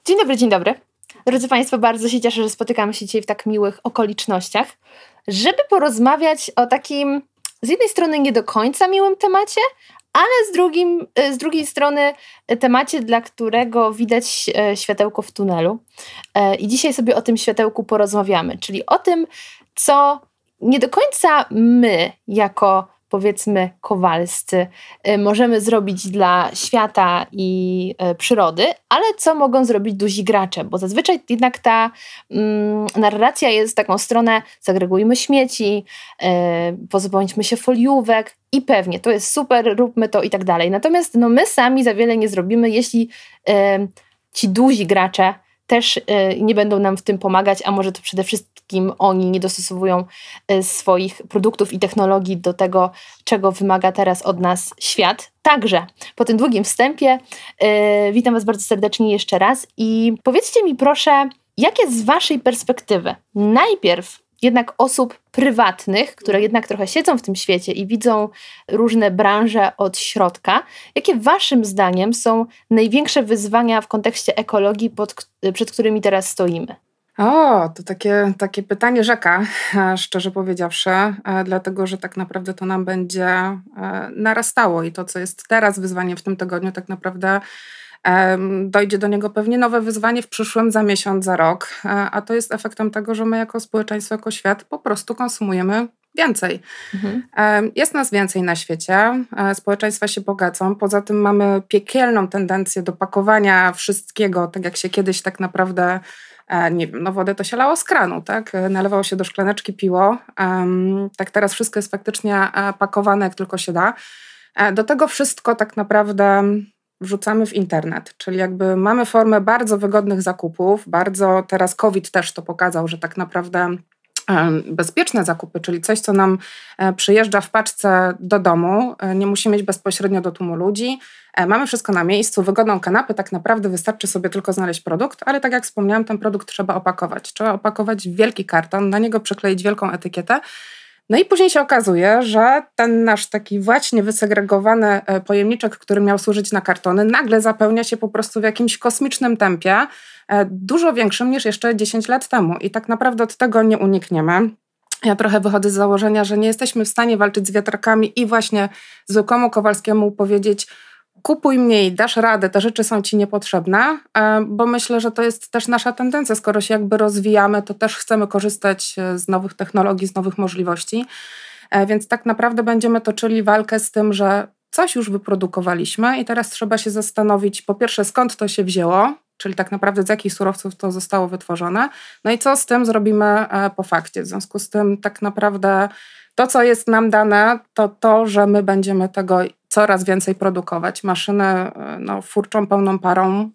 Dzień dobry, dzień dobry. Drodzy Państwo, bardzo się cieszę, że spotykamy się dzisiaj w tak miłych okolicznościach, żeby porozmawiać o takim z jednej strony nie do końca miłym temacie, ale z drugiej strony temacie, dla którego widać światełko w tunelu. I dzisiaj sobie o tym światełku porozmawiamy, czyli o tym, co nie do końca my, jako powiedzmy kowalscy, możemy zrobić dla świata i przyrody, ale co mogą zrobić duzi gracze, bo zazwyczaj jednak ta narracja jest w taką stronę: segregujmy śmieci, pozbądźmy się foliówek i pewnie, to jest super, róbmy to i tak dalej. Natomiast my sami za wiele nie zrobimy, jeśli ci duzi gracze też nie będą nam w tym pomagać, a może to przede wszystkim oni nie dostosowują swoich produktów i technologii do tego, czego wymaga teraz od nas świat. Także po tym długim wstępie witam Was bardzo serdecznie jeszcze raz i powiedzcie mi proszę, jakie z Waszej perspektywy najpierw jednak osób prywatnych, które jednak trochę siedzą w tym świecie i widzą różne branże od środka, jakie Waszym zdaniem są największe wyzwania w kontekście ekologii, przed którymi teraz stoimy? To takie pytanie rzeka, szczerze powiedziawszy, dlatego że tak naprawdę to nam będzie narastało i to, co jest teraz wyzwaniem w tym tygodniu, tak naprawdę dojdzie do niego pewnie nowe wyzwanie w przyszłym, za miesiąc, za rok, a to jest efektem tego, że my jako społeczeństwo, jako świat po prostu konsumujemy więcej. Jest nas więcej na świecie, społeczeństwa się bogacą, poza tym mamy piekielną tendencję do pakowania wszystkiego, tak jak się kiedyś tak naprawdę, nie wiem, wodę to się lało z kranu, tak? Nalewało się do szklaneczki, piło. Tak teraz wszystko jest faktycznie pakowane jak tylko się da. Do tego wszystko tak naprawdę wrzucamy w internet, czyli jakby mamy formę bardzo wygodnych zakupów, bardzo teraz COVID też to pokazał, że tak naprawdę bezpieczne zakupy, czyli coś, co nam przyjeżdża w paczce do domu, nie musimy mieć bezpośrednio do tłumu ludzi, mamy wszystko na miejscu, wygodną kanapę, tak naprawdę wystarczy sobie tylko znaleźć produkt, ale tak jak wspomniałam, ten produkt trzeba opakować. Trzeba opakować w wielki karton, na niego przykleić wielką etykietę. No i później się okazuje, że ten nasz taki właśnie wysegregowany pojemniczek, który miał służyć na kartony, nagle zapełnia się po prostu w jakimś kosmicznym tempie, dużo większym niż jeszcze 10 lat temu. I tak naprawdę od tego nie unikniemy. Ja trochę wychodzę z założenia, że nie jesteśmy w stanie walczyć z wiatrakami i właśnie zwykłemu Kowalskiemu powiedzieć: kupuj mniej, dasz radę, te rzeczy są ci niepotrzebne, bo myślę, że to jest też nasza tendencja. Skoro się jakby rozwijamy, to też chcemy korzystać z nowych technologii, z nowych możliwości. Więc tak naprawdę będziemy toczyli walkę z tym, że coś już wyprodukowaliśmy i teraz trzeba się zastanowić, po pierwsze, skąd to się wzięło, czyli tak naprawdę z jakich surowców to zostało wytworzone, no i co z tym zrobimy po fakcie. W związku z tym tak naprawdę to, co jest nam dane, to, że my będziemy tego coraz więcej produkować. Maszyny furczą pełną parą.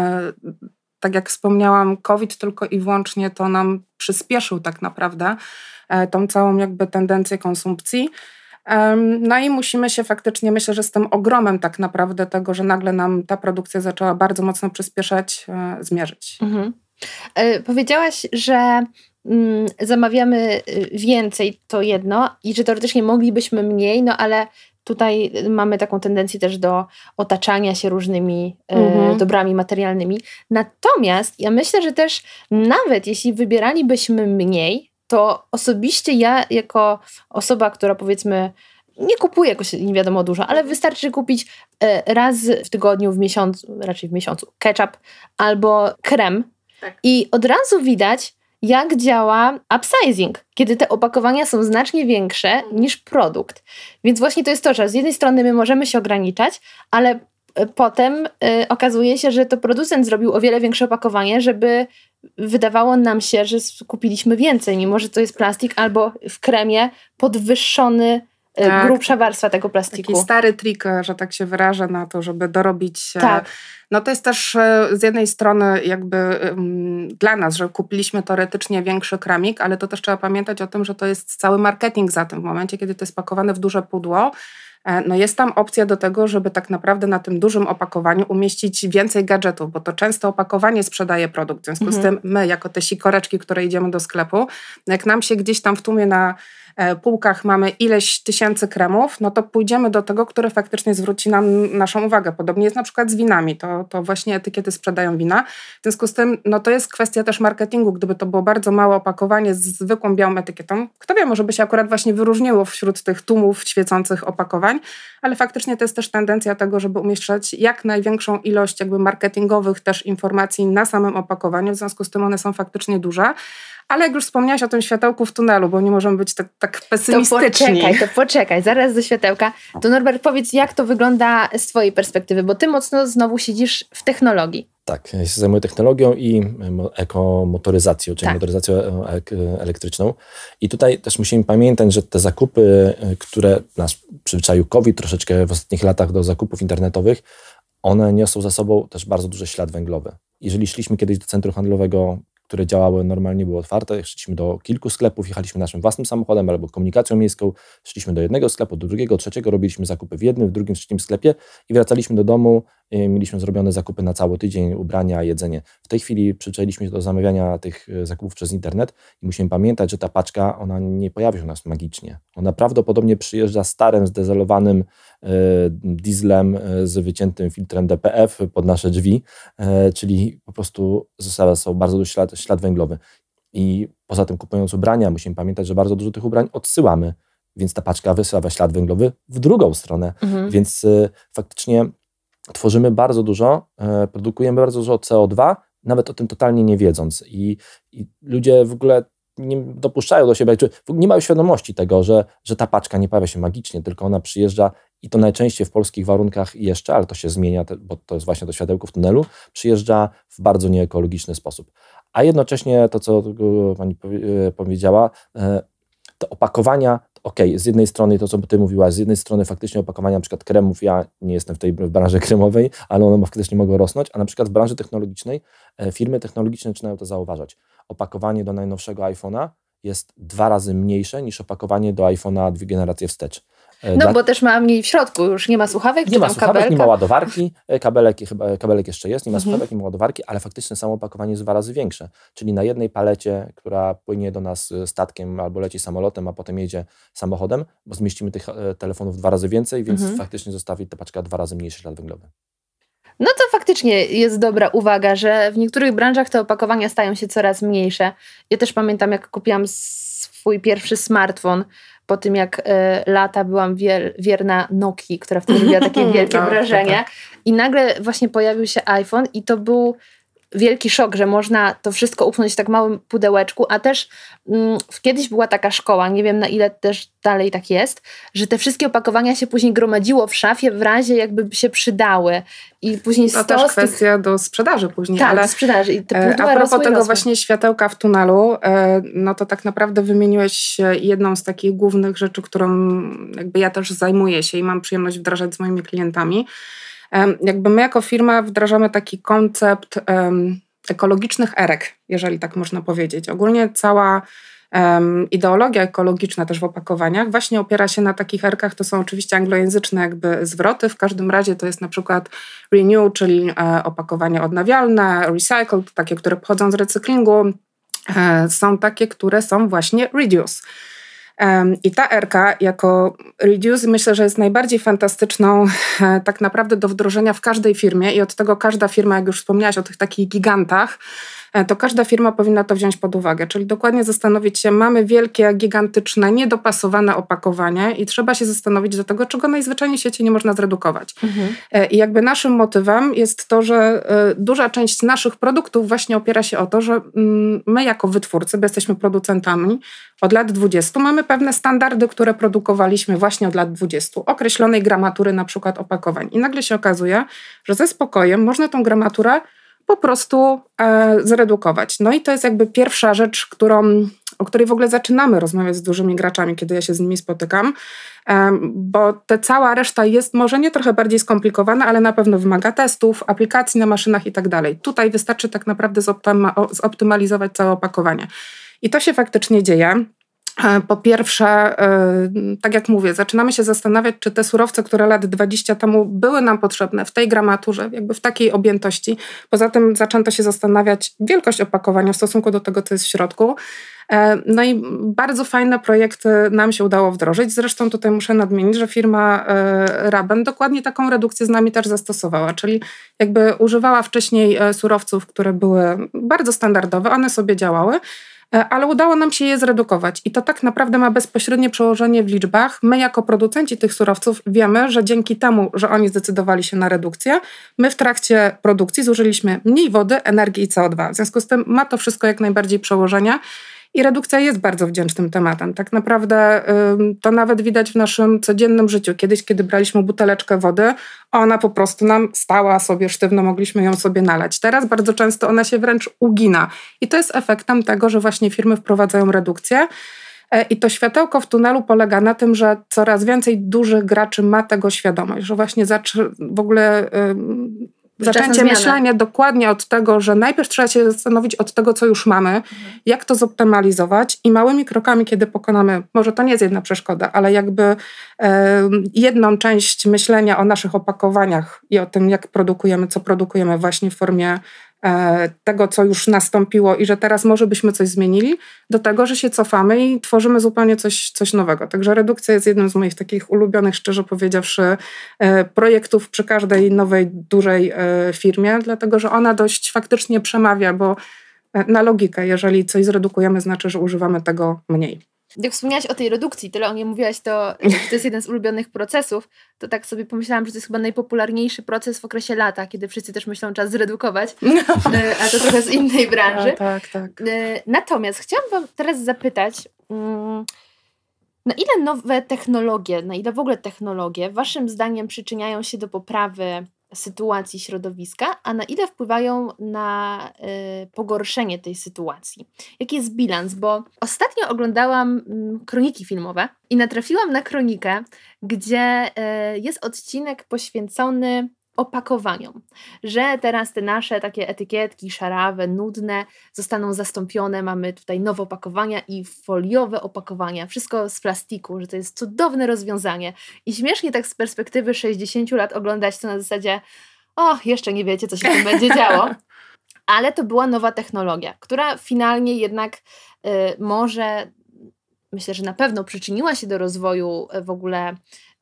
Tak jak wspomniałam, COVID tylko i wyłącznie to nam przyspieszył tak naprawdę tą całą jakby tendencję konsumpcji. No i musimy się faktycznie, myślę, że z tym ogromem tak naprawdę tego, że nagle nam ta produkcja zaczęła bardzo mocno przyspieszać, zmierzyć. Powiedziałaś, że zamawiamy więcej, to jedno, i że teoretycznie moglibyśmy mniej, ale tutaj mamy taką tendencję też do otaczania się różnymi dobrami materialnymi. Natomiast ja myślę, że też nawet jeśli wybieralibyśmy mniej, to osobiście ja jako osoba, która powiedzmy nie kupuje jakoś nie wiadomo dużo, ale wystarczy kupić raz w tygodniu, raczej w miesiącu, ketchup albo krem. Tak. I od razu widać, jak działa upsizing, kiedy te opakowania są znacznie większe niż produkt. Więc właśnie to jest to, że z jednej strony my możemy się ograniczać, ale potem okazuje się, że to producent zrobił o wiele większe opakowanie, żeby wydawało nam się, że kupiliśmy więcej, mimo że to jest plastik, albo w kremie podwyższony grubsza warstwa tego plastiku. Taki stary trik, że tak się wyrażę, na to, żeby dorobić. Tak. No to jest też z jednej strony jakby dla nas, że kupiliśmy teoretycznie większy kramik, ale to też trzeba pamiętać o tym, że to jest cały marketing za tym. W momencie, kiedy to jest pakowane w duże pudło, no jest tam opcja do tego, żeby tak naprawdę na tym dużym opakowaniu umieścić więcej gadżetów, bo to często opakowanie sprzedaje produkt. W związku z tym my, jako te sikoreczki, które idziemy do sklepu, jak nam się gdzieś tam w tłumie półkach mamy ileś tysięcy kremów, no to pójdziemy do tego, który faktycznie zwróci nam naszą uwagę. Podobnie jest na przykład z winami, to właśnie etykiety sprzedają wina. W związku z tym, no to jest kwestia też marketingu. Gdyby to było bardzo małe opakowanie z zwykłą białą etykietą, kto wie, może by się akurat właśnie wyróżniło wśród tych tłumów świecących opakowań, ale faktycznie to jest też tendencja tego, żeby umieszczać jak największą ilość jakby marketingowych też informacji na samym opakowaniu, w związku z tym one są faktycznie duże. Ale jak już wspomniałaś o tym światełku w tunelu, bo nie możemy być tak pesymistyczni. To poczekaj, zaraz do światełka. To Norbert, powiedz, jak to wygląda z twojej perspektywy, bo ty mocno znowu siedzisz w technologii. Tak, ja się zajmuję technologią i ekomotoryzacją, czyli motoryzacją elektryczną. I tutaj też musimy pamiętać, że te zakupy, które nas przyzwyczaił COVID troszeczkę w ostatnich latach do zakupów internetowych, one niosą za sobą też bardzo duży ślad węglowy. Jeżeli szliśmy kiedyś do centrum handlowego, które działały normalnie, były otwarte, szliśmy do kilku sklepów, jechaliśmy naszym własnym samochodem albo komunikacją miejską, szliśmy do jednego sklepu, do drugiego, trzeciego, robiliśmy zakupy w jednym, w drugim, trzecim sklepie i wracaliśmy do domu, mieliśmy zrobione zakupy na cały tydzień, ubrania, jedzenie. W tej chwili przyzwyczailiśmy się do zamawiania tych zakupów przez internet i musimy pamiętać, że ta paczka, ona nie pojawi się u nas magicznie. Ona prawdopodobnie przyjeżdża starym, zdezelowanym dieslem z wyciętym filtrem DPF pod nasze drzwi, czyli po prostu zostawia sobie bardzo duży ślad węglowy. I poza tym, kupując ubrania, musimy pamiętać, że bardzo dużo tych ubrań odsyłamy, więc ta paczka wysyła ślad węglowy w drugą stronę. Więc faktycznie tworzymy bardzo dużo, produkujemy bardzo dużo CO2, nawet o tym totalnie nie wiedząc. I ludzie w ogóle nie dopuszczają do siebie, nie mają świadomości tego, że ta paczka nie pojawia się magicznie, tylko ona przyjeżdża i to najczęściej w polskich warunkach jeszcze, ale to się zmienia, bo to jest właśnie to światełko w tunelu, przyjeżdża w bardzo nieekologiczny sposób. A jednocześnie to, co pani powiedziała, te opakowania, z jednej strony to, co ty mówiłaś, z jednej strony faktycznie opakowania na przykład kremów, ja nie jestem w branży kremowej, ale one faktycznie mogą rosnąć, a na przykład w branży technologicznej firmy technologiczne zaczynają to zauważać. Opakowanie do najnowszego iPhone'a jest 2 razy mniejsze niż opakowanie do iPhone'a 2 generacje wstecz. Bo też ma mniej w środku, już nie ma słuchawek, nie ma słuchawek, nie ma ładowarki, kabelek jeszcze jest, nie ma słuchawek, nie ma ładowarki, ale faktycznie samo opakowanie jest 2 razy większe. Czyli na jednej palecie, która płynie do nas statkiem albo leci samolotem, a potem jedzie samochodem, bo zmieścimy tych telefonów 2 razy więcej, więc faktycznie zostawi ta paczka 2 razy mniejszy ślad węglowy. No to faktycznie jest dobra uwaga, że w niektórych branżach te opakowania stają się coraz mniejsze. Ja też pamiętam, jak kupiłam swój pierwszy smartfon, po tym jak lata byłam wierna Nokii, która wtedy robiła takie wielkie wrażenie. I nagle właśnie pojawił się iPhone i to był wielki szok, że można to wszystko upchnąć w tak małym pudełeczku, a też kiedyś była taka szkoła, nie wiem na ile też dalej tak jest, że te wszystkie opakowania się później gromadziło w szafie w razie jakby się przydały i później to też kwestia do sprzedaży później. Tak, ale do sprzedaży. I te a propos tego właśnie światełka w tunelu, no to tak naprawdę wymieniłeś jedną z takich głównych rzeczy, którą jakby ja też zajmuję się i mam przyjemność wdrażać z moimi klientami. Jakby my jako firma wdrażamy taki koncept ekologicznych erek, jeżeli tak można powiedzieć. Ogólnie cała ideologia ekologiczna też w opakowaniach właśnie opiera się na takich erkach, to są oczywiście anglojęzyczne jakby zwroty, w każdym razie to jest na przykład renew, czyli opakowanie odnawialne, recycled, takie, które pochodzą z recyklingu, są takie, które są właśnie reduce. I ta R-ka jako reduce myślę, że jest najbardziej fantastyczną tak naprawdę do wdrożenia w każdej firmie i od tego każda firma, jak już wspomniałaś o tych takich gigantach, to każda firma powinna to wziąć pod uwagę. Czyli dokładnie zastanowić się, mamy wielkie, gigantyczne, niedopasowane opakowanie i trzeba się zastanowić do tego, czego najzwyczajniej w świecie nie można zredukować. I jakby naszym motywem jest to, że duża część naszych produktów właśnie opiera się o to, że my jako wytwórcy, bo jesteśmy producentami od lat 20, mamy pewne standardy, które produkowaliśmy właśnie od lat 20, określonej gramatury na przykład opakowań. I nagle się okazuje, że ze spokojem można tą gramaturę po prostu zredukować. No i to jest jakby pierwsza rzecz, o której w ogóle zaczynamy rozmawiać z dużymi graczami, kiedy ja się z nimi spotykam, bo ta cała reszta jest może nie trochę bardziej skomplikowana, ale na pewno wymaga testów, aplikacji na maszynach i tak dalej. Tutaj wystarczy tak naprawdę zoptymalizować całe opakowanie. I to się faktycznie dzieje. Po pierwsze, tak jak mówię, zaczynamy się zastanawiać, czy te surowce, które lat 20 temu były nam potrzebne w tej gramaturze, jakby w takiej objętości. Poza tym zaczęto się zastanawiać wielkość opakowania w stosunku do tego, co jest w środku. No i bardzo fajne projekty nam się udało wdrożyć. Zresztą tutaj muszę nadmienić, że firma Raben dokładnie taką redukcję z nami też zastosowała, czyli jakby używała wcześniej surowców, które były bardzo standardowe, one sobie działały, ale udało nam się je zredukować i to tak naprawdę ma bezpośrednie przełożenie w liczbach. My jako producenci tych surowców wiemy, że dzięki temu, że oni zdecydowali się na redukcję, my w trakcie produkcji zużyliśmy mniej wody, energii i CO2. W związku z tym ma to wszystko jak najbardziej przełożenia. I redukcja jest bardzo wdzięcznym tematem. Tak naprawdę to nawet widać w naszym codziennym życiu. Kiedyś, kiedy braliśmy buteleczkę wody, ona po prostu nam stała sobie sztywno, mogliśmy ją sobie nalać. Teraz bardzo często ona się wręcz ugina. I to jest efektem tego, że właśnie firmy wprowadzają redukcję. I to światełko w tunelu polega na tym, że coraz więcej dużych graczy ma tego świadomość, że właśnie w ogóle zaczęcie myślenia dokładnie od tego, że najpierw trzeba się zastanowić od tego, co już mamy, jak to zoptymalizować i małymi krokami, kiedy pokonamy, może to nie jest jedna przeszkoda, ale jakby jedną część myślenia o naszych opakowaniach i o tym, jak produkujemy, co produkujemy właśnie w formie tego, co już nastąpiło i że teraz może byśmy coś zmienili, do tego, że się cofamy i tworzymy zupełnie coś nowego. Także redukcja jest jednym z moich takich ulubionych, szczerze powiedziawszy, projektów przy każdej nowej, dużej firmie, dlatego, że ona dość faktycznie przemawia, bo na logikę, jeżeli coś zredukujemy, znaczy, że używamy tego mniej. Jak wspomniałaś o tej redukcji, tyle o niej mówiłaś, to jest jeden z ulubionych procesów, to tak sobie pomyślałam, że to jest chyba najpopularniejszy proces w okresie lata, kiedy wszyscy też myślą, czas zredukować, ale to trochę z innej branży. Tak. Natomiast chciałam wam teraz zapytać, na ile nowe technologie, na ile w ogóle technologie waszym zdaniem przyczyniają się do poprawy sytuacji środowiska, a na ile wpływają na pogorszenie tej sytuacji? Jaki jest bilans? Bo ostatnio oglądałam kroniki filmowe i natrafiłam na kronikę, gdzie jest odcinek poświęcony opakowaniom, że teraz te nasze takie etykietki szarawe, nudne zostaną zastąpione, mamy tutaj nowe opakowania i foliowe opakowania, wszystko z plastiku, że to jest cudowne rozwiązanie i śmiesznie tak z perspektywy 60 lat oglądać to na zasadzie jeszcze nie wiecie, co się tam będzie działo, ale to była nowa technologia, która finalnie jednak może, myślę, że na pewno przyczyniła się do rozwoju w ogóle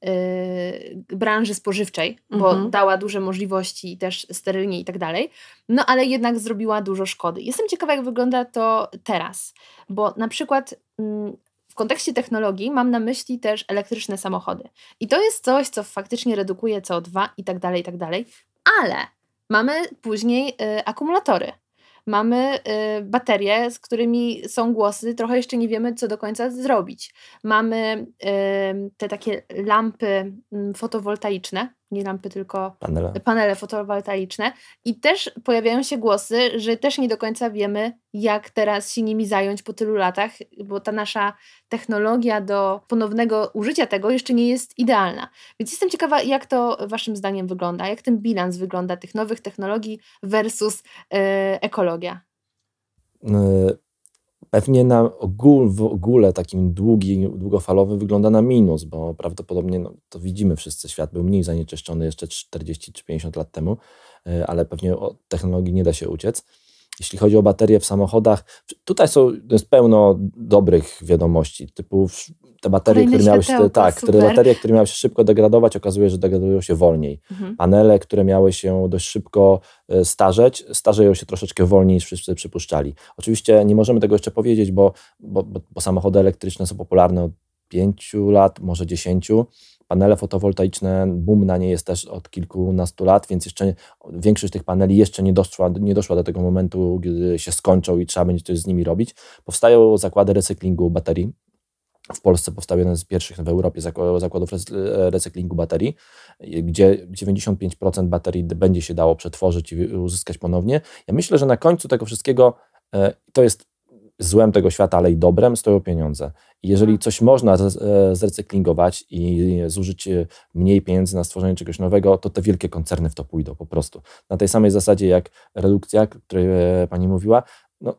branży spożywczej, bo dała duże możliwości też sterylnie i tak dalej, no ale jednak zrobiła dużo szkody. Jestem ciekawa, jak wygląda to teraz, bo na przykład w kontekście technologii mam na myśli też elektryczne samochody i to jest coś, co faktycznie redukuje CO2 i tak dalej, ale mamy później akumulatory. Mamy baterie, z którymi są głosy, trochę jeszcze nie wiemy, co do końca zrobić. Mamy te takie lampy fotowoltaiczne, nie lampy, tylko panele fotowoltaiczne i też pojawiają się głosy, że też nie do końca wiemy, jak teraz się nimi zająć po tylu latach, bo ta nasza technologia do ponownego użycia tego jeszcze nie jest idealna. Więc jestem ciekawa, jak to waszym zdaniem wygląda, jak ten bilans wygląda tych nowych technologii versus ekologia. Pewnie w ogóle takim długofalowym wygląda na minus, bo prawdopodobnie to widzimy wszyscy, świat był mniej zanieczyszczony jeszcze 40 czy 50 lat temu, ale pewnie od technologii nie da się uciec. Jeśli chodzi o baterie w samochodach, tutaj jest pełno dobrych wiadomości, typu te baterie, które miały się szybko degradować, okazuje się, że degradują się wolniej. Panele, które miały się dość szybko starzeć, starzeją się troszeczkę wolniej niż wszyscy przypuszczali. Oczywiście nie możemy tego jeszcze powiedzieć, bo samochody elektryczne są popularne od 5 lat, może 10. Panele fotowoltaiczne, boom na nie jest też od kilkunastu lat, więc jeszcze większość tych paneli jeszcze nie doszła do tego momentu, gdy się skończą i trzeba będzie coś z nimi robić. Powstają zakłady recyklingu baterii. W Polsce powstał jeden z pierwszych w Europie zakładów recyklingu baterii, gdzie 95% baterii będzie się dało przetworzyć i uzyskać ponownie. Ja myślę, że na końcu tego wszystkiego to jest złem tego świata, ale i dobrem stoją pieniądze. I jeżeli coś można zrecyklingować i zużyć mniej pieniędzy na stworzenie czegoś nowego, to te wielkie koncerny w to pójdą po prostu. Na tej samej zasadzie jak redukcja, o której pani mówiła,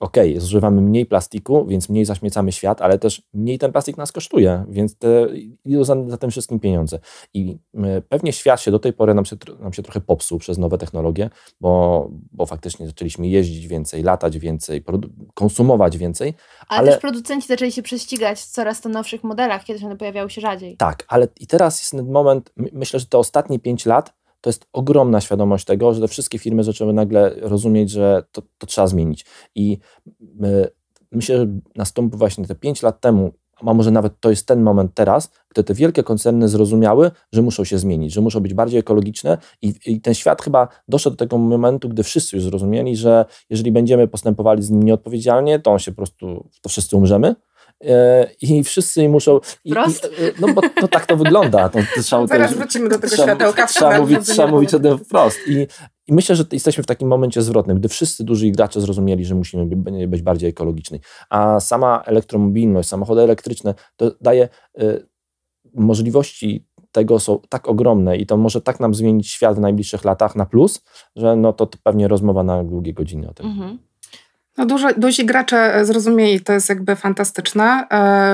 zużywamy mniej plastiku, więc mniej zaśmiecamy świat, ale też mniej ten plastik nas kosztuje, więc idą za tym wszystkim pieniądze. I pewnie świat się do tej pory nam się trochę popsuł przez nowe technologie, bo faktycznie zaczęliśmy jeździć więcej, latać więcej, konsumować więcej. Ale też producenci zaczęli się prześcigać w coraz to nowszych modelach, kiedyś one pojawiały się rzadziej. Tak, ale i teraz jest ten moment, myślę, że te ostatnie 5 lat to jest ogromna świadomość tego, że te wszystkie firmy zaczęły nagle rozumieć, że to trzeba zmienić. I myślę, że nastąpi właśnie te 5 lat temu, a może nawet to jest ten moment teraz, gdy te wielkie koncerny zrozumiały, że muszą się zmienić, że muszą być bardziej ekologiczne i ten świat chyba doszedł do tego momentu, gdy wszyscy już zrozumieli, że jeżeli będziemy postępowali z nim nieodpowiedzialnie, to to wszyscy umrzemy. I wszyscy muszą... no bo tak to wygląda. Zaraz wrócimy do tego światełka. Trzeba mówić o tym wprost. I myślę, że jesteśmy w takim momencie zwrotnym, gdy wszyscy duży gracze zrozumieli, że musimy być bardziej ekologiczni. A sama elektromobilność, samochody elektryczne, to daje możliwości tego są tak ogromne i to może tak nam zmienić świat w najbliższych latach na plus, że to pewnie rozmowa na długie godziny o tym. Mhm. No duzi gracze zrozumieli, to jest jakby fantastyczne.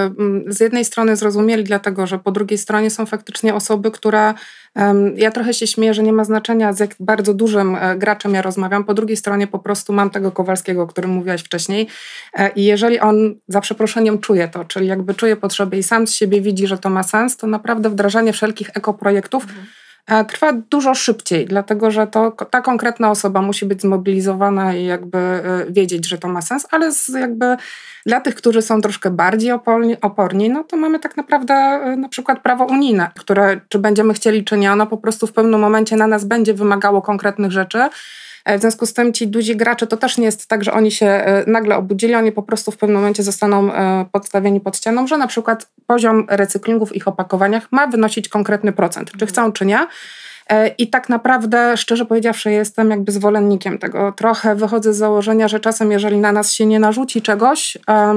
Z jednej strony zrozumieli dlatego, że po drugiej stronie są faktycznie osoby, które... Ja trochę się śmieję, że nie ma znaczenia, z jak bardzo dużym graczem ja rozmawiam. Po drugiej stronie po prostu mam tego Kowalskiego, o którym mówiłaś wcześniej. I jeżeli on za przeproszeniem czuje to, czyli jakby czuje potrzeby i sam z siebie widzi, że to ma sens, to naprawdę wdrażanie wszelkich ekoprojektów trwa dużo szybciej, dlatego że ta konkretna osoba musi być zmobilizowana i jakby wiedzieć, że to ma sens, ale jakby dla tych, którzy są troszkę bardziej oporni, no to mamy tak naprawdę na przykład prawo unijne, które czy będziemy chcieli, czy nie, ono po prostu w pewnym momencie na nas będzie wymagało konkretnych rzeczy. W związku z tym ci duzi gracze to też nie jest tak, że oni się nagle obudzili, oni po prostu w pewnym momencie zostaną podstawieni pod ścianą, że na przykład poziom recyklingu w ich opakowaniach ma wynosić konkretny procent, czy chcą, czy nie. I tak naprawdę, szczerze powiedziawszy, jestem jakby zwolennikiem tego. Trochę wychodzę z założenia, że czasem jeżeli na nas się nie narzuci czegoś,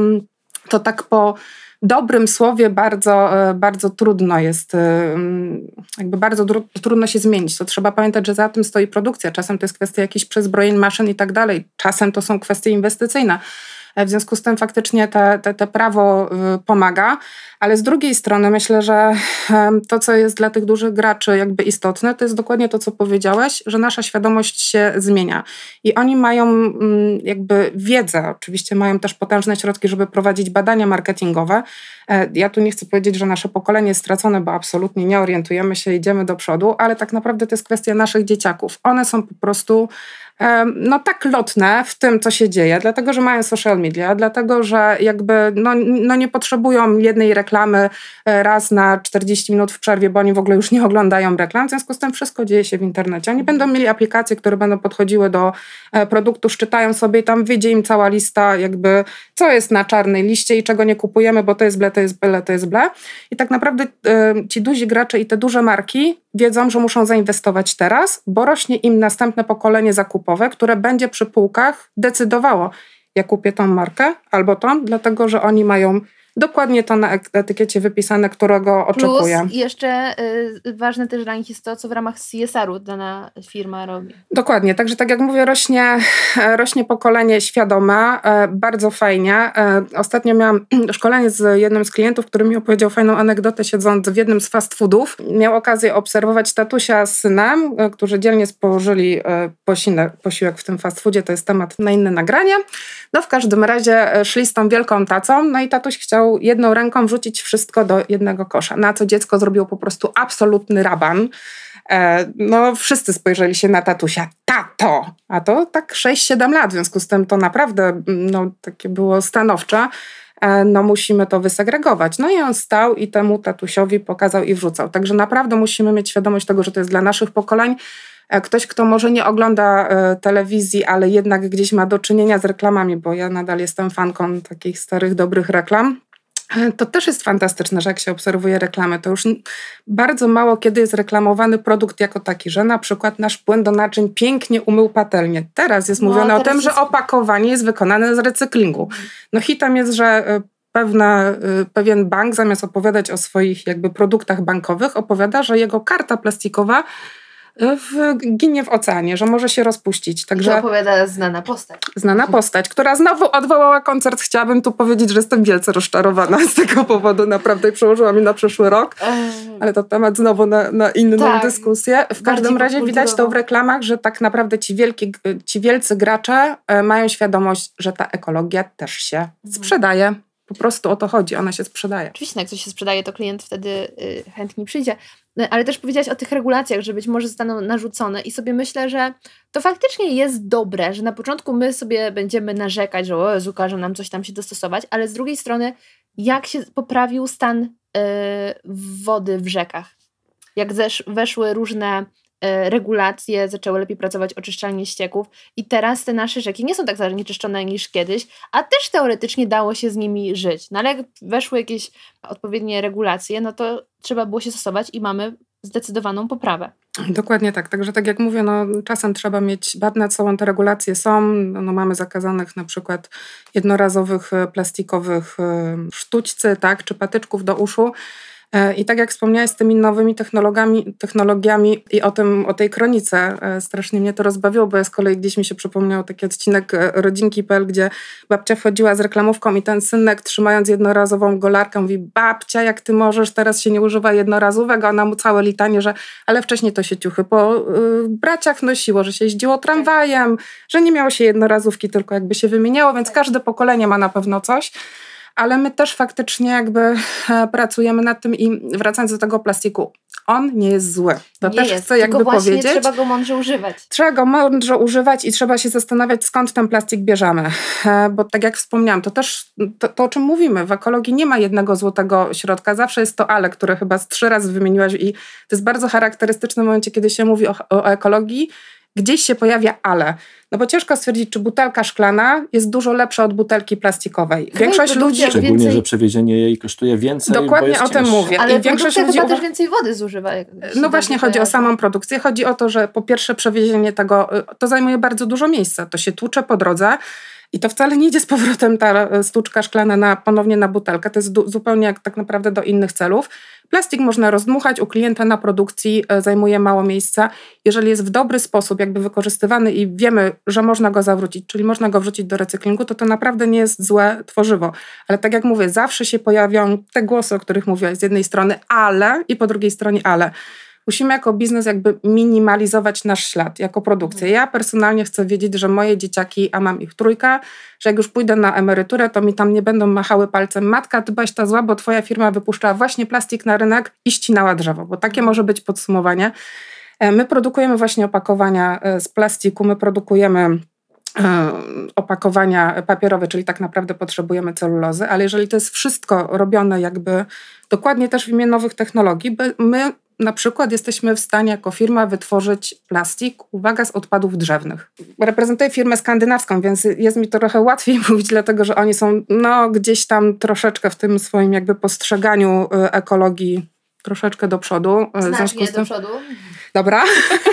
to tak po dobrym słowie bardzo trudno jest, jakby bardzo trudno się zmienić. To trzeba pamiętać, że za tym stoi produkcja. Czasem to jest kwestia jakichś przezbrojeń, maszyn i tak dalej. Czasem to są kwestie inwestycyjne. W związku z tym faktycznie te prawo pomaga, ale z drugiej strony myślę, że to, co jest dla tych dużych graczy jakby istotne, to jest dokładnie to, co powiedziałeś, że nasza świadomość się zmienia. I oni mają jakby wiedzę, oczywiście mają też potężne środki, żeby prowadzić badania marketingowe. Ja tu nie chcę powiedzieć, że nasze pokolenie jest stracone, bo absolutnie nie orientujemy się, idziemy do przodu, ale tak naprawdę to jest kwestia naszych dzieciaków. One są po prostu tak lotne w tym, co się dzieje, dlatego, że mają social media, dlatego, że jakby nie potrzebują jednej reklamy raz na 40 minut w przerwie, bo oni w ogóle już nie oglądają reklam, w związku z tym wszystko dzieje się w internecie. Oni będą mieli aplikacje, które będą podchodziły do produktu, szczytają sobie i tam wyjdzie im cała lista jakby, co jest na czarnej liście i czego nie kupujemy, bo to jest ble, to jest ble, to jest ble. I tak naprawdę ci duzi gracze i te duże marki wiedzą, że muszą zainwestować teraz, bo rośnie im następne pokolenie zakupowe, które będzie przy półkach decydowało, ja kupię tą markę albo tą, dlatego że oni mają dokładnie to na etykiecie wypisane, którego oczekuję. Plus jeszcze ważne też dla nich jest to, co w ramach CSR-u dana firma robi. Dokładnie, także tak jak mówię, rośnie pokolenie świadome, bardzo fajnie. Ostatnio miałam szkolenie z jednym z klientów, który mi opowiedział fajną anegdotę, siedząc w jednym z fast foodów. Miał okazję obserwować tatusia z synem, którzy dzielnie spożyli posiłek w tym fast foodzie, to jest temat na inne nagranie. No w każdym razie szli z tą wielką tacą, no i tatuś chciał jedną ręką wrzucić wszystko do jednego kosza, na co dziecko zrobiło po prostu absolutny raban. No wszyscy spojrzeli się na tatusia, tato! A to tak 6-7 lat, w związku z tym to naprawdę takie było stanowcze. Musimy to wysegregować. No i on stał i temu tatusiowi pokazał i wrzucał. Także naprawdę musimy mieć świadomość tego, że to jest dla naszych pokoleń. Ktoś, kto może nie ogląda telewizji, ale jednak gdzieś ma do czynienia z reklamami, bo ja nadal jestem fanką takich starych, dobrych reklam, to też jest fantastyczne, że jak się obserwuje reklamy, to już bardzo mało kiedy jest reklamowany produkt jako taki, że na przykład nasz płyn do naczyń pięknie umył patelnię. Teraz jest mówione o tym, że opakowanie jest wykonane z recyklingu. No hitem jest, że pewien bank zamiast opowiadać o swoich jakby produktach bankowych, opowiada, że jego karta plastikowa ginie w oceanie, że może się rozpuścić. Także to opowiada znana postać. Znana postać, która znowu odwołała koncert. Chciałabym tu powiedzieć, że jestem wielce rozczarowana z tego powodu. Naprawdę i przełożyła mi na przyszły rok. Ale to temat znowu na inną dyskusję. W każdym razie widać to w reklamach, że tak naprawdę ci wielcy gracze mają świadomość, że ta ekologia też się sprzedaje. Po prostu o to chodzi, ona się sprzedaje. Oczywiście, jak coś się sprzedaje, to klient wtedy chętnie przyjdzie. Ale też powiedziałaś o tych regulacjach, że być może zostaną narzucone i sobie myślę, że to faktycznie jest dobre, że na początku my sobie będziemy narzekać, że o Jezu, każe nam coś tam się dostosować, ale z drugiej strony jak się poprawił stan wody w rzekach. Jak weszły różne regulacje, zaczęły lepiej pracować oczyszczalnie ścieków i teraz te nasze rzeki nie są tak zanieczyszczone niż kiedyś, a też teoretycznie dało się z nimi żyć. No ale jak weszły jakieś odpowiednie regulacje, no to trzeba było się stosować i mamy zdecydowaną poprawę. Dokładnie tak. Także tak jak mówię, no, czasem trzeba mieć bad nad sobą, te regulacje są. No, mamy zakazanych na przykład jednorazowych plastikowych sztućcy, tak, czy patyczków do uszu. I tak jak wspomniałeś z tymi nowymi technologiami i o tej kronice, strasznie mnie to rozbawiło, bo ja z kolei gdzieś mi się przypomniał taki odcinek Rodzinki.pl, gdzie babcia wchodziła z reklamówką i ten synek trzymając jednorazową golarkę mówi: babcia, jak ty możesz, teraz się nie używa jednorazówek, a ona mu całe litanie, że ale wcześniej to się ciuchy po braciach nosiło, że się jeździło tramwajem, że nie miało się jednorazówki, tylko jakby się wymieniało, więc każde pokolenie ma na pewno coś. Ale my też faktycznie jakby pracujemy nad tym i wracając do tego plastiku, on nie jest zły. To nie też jest, chcę jakby powiedzieć. Trzeba go mądrze używać. Trzeba go mądrze używać i trzeba się zastanawiać, skąd ten plastik bierzemy. Bo tak jak wspomniałam, to też to o czym mówimy. W ekologii nie ma jednego złotego środka. Zawsze jest to ale, które chyba 3 razy wymieniłaś i to jest bardzo charakterystyczne w momencie, kiedy się mówi o ekologii. Gdzieś się pojawia ale. No bo ciężko stwierdzić, czy butelka szklana jest dużo lepsza od butelki plastikowej. Większość ludzi... Szczególnie, że przewiezienie jej kosztuje więcej. Dokładnie o tym mówię. Ale większość ludzi chyba też więcej wody zużywa. No właśnie chodzi o samą produkcję. Chodzi o to, że po pierwsze przewiezienie tego, to zajmuje bardzo dużo miejsca. To się tłucze po drodze. I to wcale nie idzie z powrotem ta sztuczka szklana ponownie na butelkę. To jest zupełnie jak tak naprawdę do innych celów. Plastik można rozdmuchać, u klienta na produkcji zajmuje mało miejsca. Jeżeli jest w dobry sposób jakby wykorzystywany i wiemy, że można go zawrócić, czyli można go wrzucić do recyklingu, to naprawdę nie jest złe tworzywo. Ale tak jak mówię, zawsze się pojawią te głosy, o których mówiłaś, z jednej strony ale i po drugiej stronie ale. Musimy jako biznes jakby minimalizować nasz ślad jako produkcję. Ja personalnie chcę wiedzieć, że moje dzieciaki, a mam ich 3, że jak już pójdę na emeryturę, to mi tam nie będą machały palcem: matka, ty byłaś ta zła, bo twoja firma wypuszczała właśnie plastik na rynek i ścinała drzewo, bo takie może być podsumowanie. My produkujemy właśnie opakowania z plastiku, my produkujemy opakowania papierowe, czyli tak naprawdę potrzebujemy celulozy, ale jeżeli to jest wszystko robione jakby dokładnie też w imię nowych technologii, my na przykład jesteśmy w stanie jako firma wytworzyć plastik, uwaga, z odpadów drzewnych. Reprezentuję firmę skandynawską, więc jest mi to trochę łatwiej mówić, dlatego że oni są gdzieś tam troszeczkę w tym swoim jakby postrzeganiu ekologii troszeczkę do przodu. Znacznie do przodu. Dobra.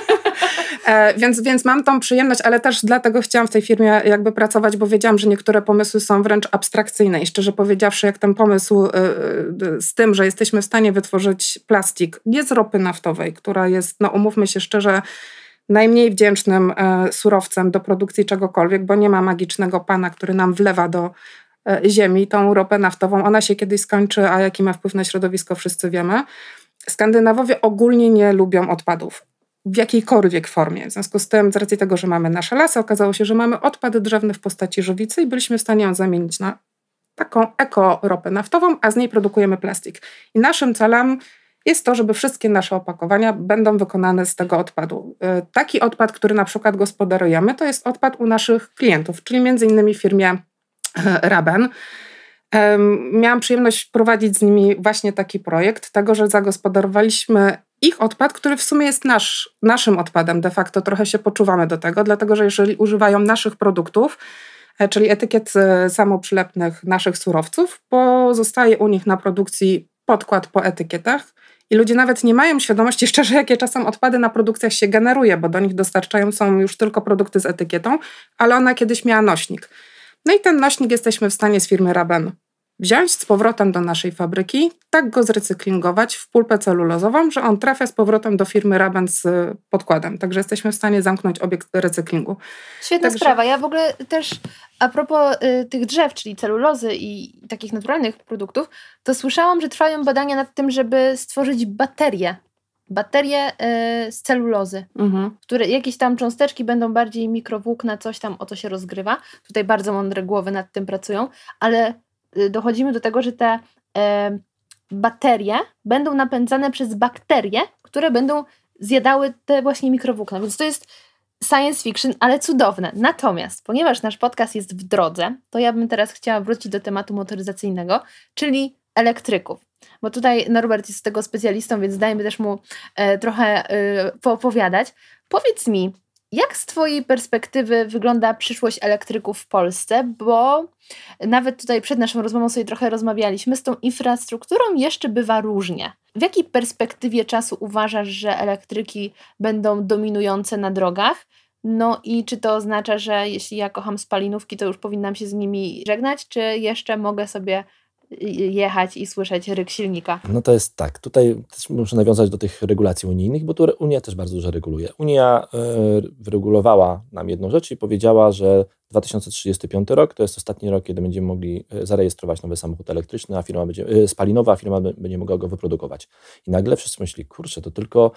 Więc mam tą przyjemność, ale też dlatego chciałam w tej firmie jakby pracować, bo wiedziałam, że niektóre pomysły są wręcz abstrakcyjne i szczerze powiedziawszy, jak ten pomysł z tym, że jesteśmy w stanie wytworzyć plastik nie z ropy naftowej, która jest, umówmy się szczerze, najmniej wdzięcznym surowcem do produkcji czegokolwiek, bo nie ma magicznego pana, który nam wlewa do ziemi tą ropę naftową. Ona się kiedyś skończy, a jaki ma wpływ na środowisko, wszyscy wiemy. Skandynawowie ogólnie nie lubią odpadów w jakiejkolwiek formie. W związku z tym, z racji tego, że mamy nasze lasy, okazało się, że mamy odpad drzewny w postaci żywicy i byliśmy w stanie ją zamienić na taką eko-ropę naftową, a z niej produkujemy plastik. I naszym celem jest to, żeby wszystkie nasze opakowania będą wykonane z tego odpadu. Taki odpad, który na przykład gospodarujemy, to jest odpad u naszych klientów, czyli między innymi w firmie Raben. Miałam przyjemność prowadzić z nimi właśnie taki projekt, tego, że zagospodarowaliśmy ich odpad, który w sumie jest naszym odpadem. De facto trochę się poczuwamy do tego, dlatego że jeżeli używają naszych produktów, czyli etykiet samoprzylepnych naszych surowców, pozostaje u nich na produkcji podkład po etykietach i ludzie nawet nie mają świadomości szczerze, jakie czasem odpady na produkcjach się generuje, bo do nich dostarczają są już tylko produkty z etykietą, ale ona kiedyś miała nośnik. No i ten nośnik jesteśmy w stanie z firmy Raben wziąć z powrotem do naszej fabryki, tak go zrecyklingować w pulpę celulozową, że on trafia z powrotem do firmy Raben z podkładem. Także jesteśmy w stanie zamknąć obiekt recyklingu. Świetna sprawa. Ja w ogóle też a propos tych drzew, czyli celulozy i takich naturalnych produktów, to słyszałam, że trwają badania nad tym, żeby stworzyć baterie z celulozy, które jakieś tam cząsteczki będą bardziej mikrowłókna, coś tam o to się rozgrywa. Tutaj bardzo mądre głowy nad tym pracują, ale dochodzimy do tego, że te baterie będą napędzane przez bakterie, które będą zjadały te właśnie mikrowłókna. Więc to jest science fiction, ale cudowne. Natomiast, ponieważ nasz podcast jest w drodze, to ja bym teraz chciała wrócić do tematu motoryzacyjnego, czyli elektryków. Bo tutaj Norbert jest z tego specjalistą, więc dajmy też mu trochę poopowiadać. Powiedz mi, jak z twojej perspektywy wygląda przyszłość elektryków w Polsce? Bo nawet tutaj przed naszą rozmową sobie trochę rozmawialiśmy, z tą infrastrukturą jeszcze bywa różnie. W jakiej perspektywie czasu uważasz, że elektryki będą dominujące na drogach? No i czy to oznacza, że jeśli ja kocham spalinówki, to już powinnam się z nimi żegnać, czy jeszcze mogę sobie jechać i słyszeć ryk silnika? No to jest tak, tutaj też muszę nawiązać do tych regulacji unijnych, bo tu Unia też bardzo dużo reguluje. Unia wyregulowała nam jedną rzecz i powiedziała, że 2035 rok to jest ostatni rok, kiedy będziemy mogli zarejestrować nowy samochód elektryczny, spalinowy, a firma będzie mogła go wyprodukować. I nagle wszyscy myśleli, kurczę, to tylko